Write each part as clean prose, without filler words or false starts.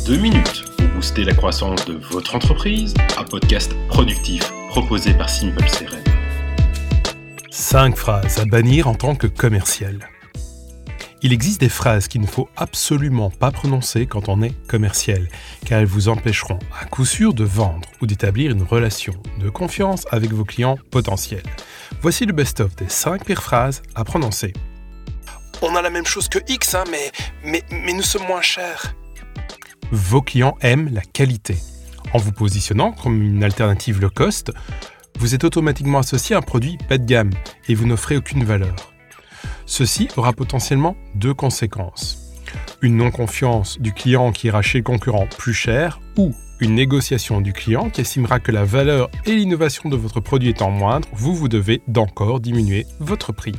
2 minutes pour booster la croissance de votre entreprise, un podcast productif proposé par Simple CRM. 5 phrases à bannir en tant que commercial. Il existe des phrases qu'il ne faut absolument pas prononcer quand on est commercial, car elles vous empêcheront à coup sûr de vendre ou d'établir une relation de confiance avec vos clients potentiels. Voici le best-of des 5 pires phrases à prononcer. On a la même chose que X, mais nous sommes moins chers. Vos clients aiment la qualité. En vous positionnant comme une alternative low cost, vous êtes automatiquement associé à un produit bas de gamme et vous n'offrez aucune valeur. Ceci aura potentiellement 2 conséquences. Une non-confiance du client qui ira chez le concurrent plus cher ou une négociation du client qui estimera que la valeur et l'innovation de votre produit étant moindre, vous devez d'encore diminuer votre prix.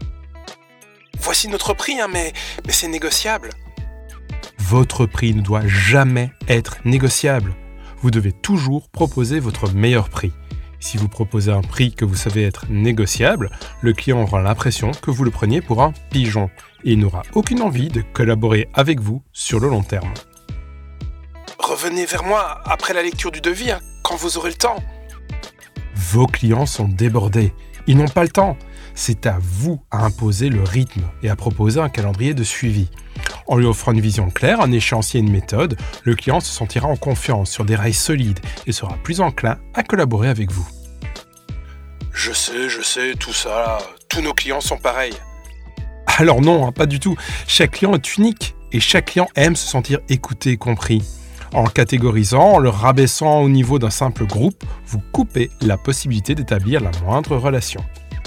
Voici notre prix, mais c'est négociable. Votre prix ne doit jamais être négociable. Vous devez toujours proposer votre meilleur prix. Si vous proposez un prix que vous savez être négociable, le client aura l'impression que vous le preniez pour un pigeon et il n'aura aucune envie de collaborer avec vous sur le long terme. Revenez vers moi après la lecture du devis, quand vous aurez le temps. Vos clients sont débordés. Ils n'ont pas le temps. C'est à vous à imposer le rythme et à proposer un calendrier de suivi. En lui offrant une vision claire, un échéancier et une méthode, le client se sentira en confiance sur des rails solides et sera plus enclin à collaborer avec vous. Je sais, tout ça, tous nos clients sont pareils. Alors non, pas du tout. Chaque client est unique et chaque client aime se sentir écouté et compris. En le catégorisant, en le rabaissant au niveau d'un simple groupe, vous coupez la possibilité d'établir la moindre relation.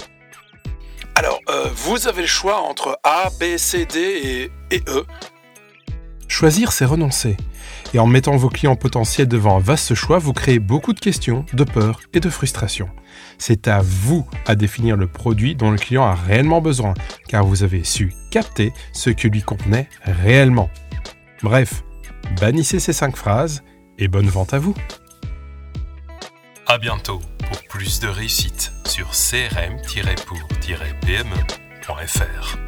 Alors, vous avez le choix entre A, B, C, D et E. Choisir, c'est renoncer. Et en mettant vos clients potentiels devant un vaste choix, vous créez beaucoup de questions, de peurs et de frustrations. C'est à vous à définir le produit dont le client a réellement besoin, car vous avez su capter ce qui lui convenait réellement. Bref, bannissez ces 5 phrases et bonne vente à vous. À bientôt pour plus de réussite sur crm-pour-pme.fr.